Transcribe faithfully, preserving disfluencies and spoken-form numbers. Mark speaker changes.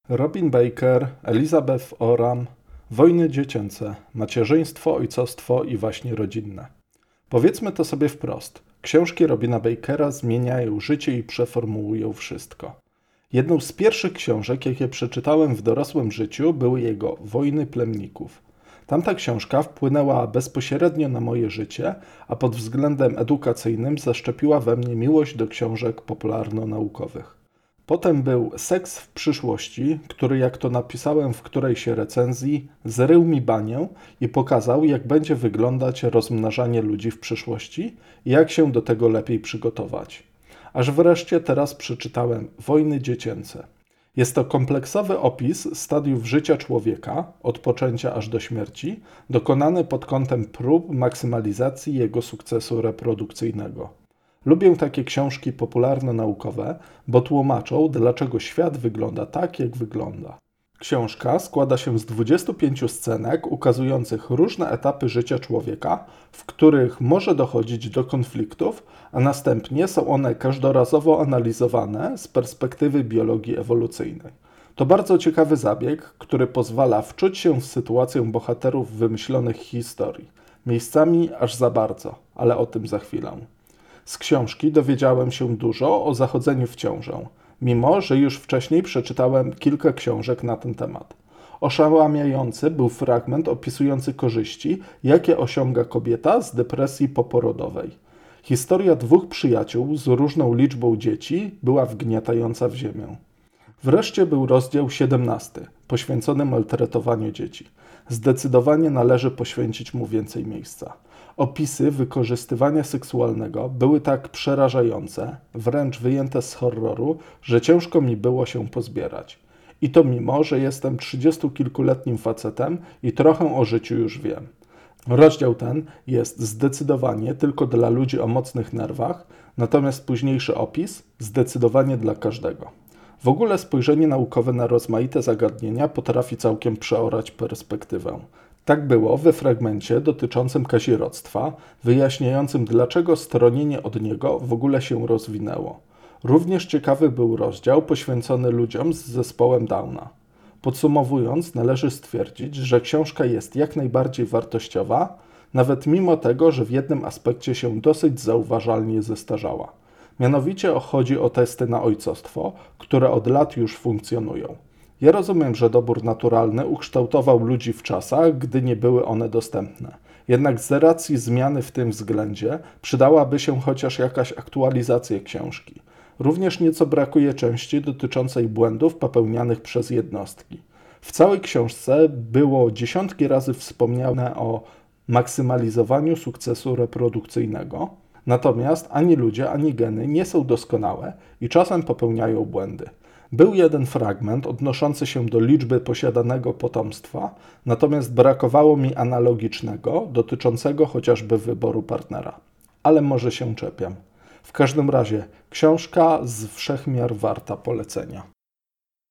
Speaker 1: Robin Baker, Elizabeth Oram, Wojny dziecięce, macierzyństwo, ojcostwo i waśnie rodzinne. Powiedzmy to sobie wprost. Książki Robina Bakera zmieniają życie i przeformułują wszystko. Jedną z pierwszych książek, jakie przeczytałem w dorosłym życiu, były jego Wojny plemników. Tamta książka wpłynęła bezpośrednio na moje życie, a pod względem edukacyjnym zaszczepiła we mnie miłość do książek popularno-naukowych. Potem był Seks w przyszłości, który, jak to napisałem w którejś recenzji, zrył mi banię i pokazał, jak będzie wyglądać rozmnażanie ludzi w przyszłości i jak się do tego lepiej przygotować. Aż wreszcie teraz przeczytałem Wojny dziecięce. Jest to kompleksowy opis stadiów życia człowieka, od poczęcia aż do śmierci, dokonany pod kątem prób maksymalizacji jego sukcesu reprodukcyjnego. Lubię takie książki popularno-naukowe, bo tłumaczą, dlaczego świat wygląda tak, jak wygląda. Książka składa się z dwudziestu pięciu scenek ukazujących różne etapy życia człowieka, w których może dochodzić do konfliktów, a następnie są one każdorazowo analizowane z perspektywy biologii ewolucyjnej. To bardzo ciekawy zabieg, który pozwala wczuć się w sytuację bohaterów wymyślonych historii. Miejscami aż za bardzo, ale o tym za chwilę. Z książki dowiedziałem się dużo o zachodzeniu w ciążę, mimo że już wcześniej przeczytałem kilka książek na ten temat. Oszałamiający był fragment opisujący korzyści, jakie osiąga kobieta z depresji poporodowej. Historia dwóch przyjaciół z różną liczbą dzieci była wgniatająca w ziemię. Wreszcie był rozdział siedemnasty, poświęcony maltretowaniu dzieci. Zdecydowanie należy poświęcić mu więcej miejsca. Opisy wykorzystywania seksualnego były tak przerażające, wręcz wyjęte z horroru, że ciężko mi było się pozbierać. I to mimo, że jestem trzydziestokilkuletnim facetem i trochę o życiu już wiem. Rozdział ten jest zdecydowanie tylko dla ludzi o mocnych nerwach, natomiast późniejszy opis zdecydowanie dla każdego. W ogóle spojrzenie naukowe na rozmaite zagadnienia potrafi całkiem przeorać perspektywę. Tak było we fragmencie dotyczącym kazirodztwa, wyjaśniającym, dlaczego stronienie od niego w ogóle się rozwinęło. Również ciekawy był rozdział poświęcony ludziom z zespołem Downa. Podsumowując, należy stwierdzić, że książka jest jak najbardziej wartościowa, nawet mimo tego, że w jednym aspekcie się dosyć zauważalnie zestarzała. Mianowicie chodzi o testy na ojcostwo, które od lat już funkcjonują. Ja rozumiem, że dobór naturalny ukształtował ludzi w czasach, gdy nie były one dostępne. Jednak z racji zmiany w tym względzie przydałaby się chociaż jakaś aktualizacja książki. Również nieco brakuje części dotyczącej błędów popełnianych przez jednostki. W całej książce było dziesiątki razy wspomniane o maksymalizowaniu sukcesu reprodukcyjnego, natomiast ani ludzie, ani geny nie są doskonałe i czasem popełniają błędy. Był jeden fragment odnoszący się do liczby posiadanego potomstwa, natomiast brakowało mi analogicznego, dotyczącego chociażby wyboru partnera. Ale może się czepiam. W każdym razie książka z wszechmiar warta polecenia.